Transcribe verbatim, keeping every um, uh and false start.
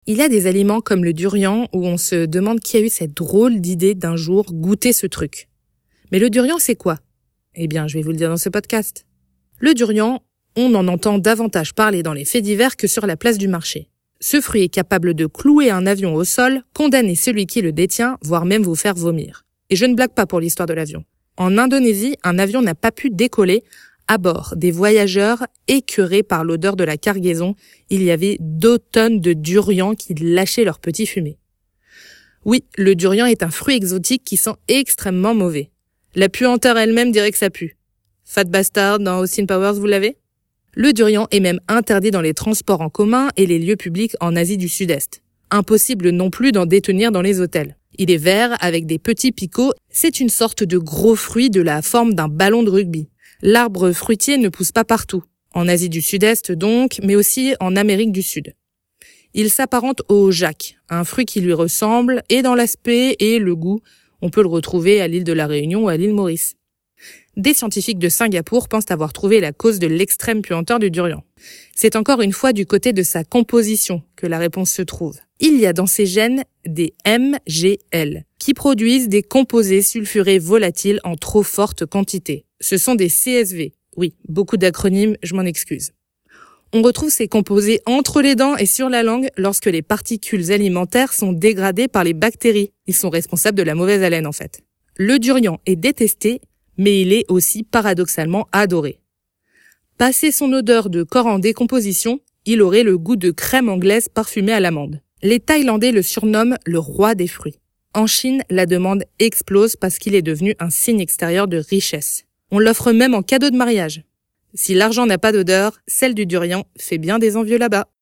Il y a des aliments comme le durian où on se demande qui a eu cette drôle d'idée d'un jour goûter ce truc. Mais le durian, c'est quoi? Eh bien, je vais vous le dire dans ce podcast. Le durian, on en entend davantage parler dans les faits divers que sur la place du marché. Ce fruit est capable de clouer un avion au sol, condamner celui qui le détient, voire même vous faire vomir. Et je ne blague pas pour l'histoire de l'avion. En Indonésie, un avion n'a pas pu décoller. À bord, des voyageurs écœurés par l'odeur de la cargaison, il y avait deux tonnes de durian qui lâchaient leur petit fumet. Oui, le durian est un fruit exotique qui sent extrêmement mauvais. La puanteur elle-même dirait que ça pue. Fat Bastard dans Austin Powers, vous l'avez? Le durian est même interdit dans les transports en commun et les lieux publics en Asie du Sud-Est. Impossible non plus d'en détenir dans les hôtels. Il est vert avec des petits picots, c'est une sorte de gros fruit de la forme d'un ballon de rugby. L'arbre fruitier ne pousse pas partout, en Asie du Sud-Est donc, mais aussi en Amérique du Sud. Il s'apparente au jack, un fruit qui lui ressemble, et dans l'aspect et le goût, on peut le retrouver à l'île de la Réunion ou à l'île Maurice. Des scientifiques de Singapour pensent avoir trouvé la cause de l'extrême puanteur du durian. C'est encore une fois du côté de sa composition que la réponse se trouve. Il y a dans ces gènes des M G L, qui produisent des composés sulfurés volatiles en trop forte quantité. Ce sont des C S V. Oui, beaucoup d'acronymes, je m'en excuse. On retrouve ces composés entre les dents et sur la langue lorsque les particules alimentaires sont dégradées par les bactéries. Ils sont responsables de la mauvaise haleine en fait. Le durian est détesté, mais il est aussi paradoxalement adoré. Passé son odeur de corps en décomposition, il aurait le goût de crème anglaise parfumée à l'amande. Les Thaïlandais le surnomment le roi des fruits. En Chine, la demande explose parce qu'il est devenu un signe extérieur de richesse. On l'offre même en cadeau de mariage. Si l'argent n'a pas d'odeur, celle du durian fait bien des envieux là-bas.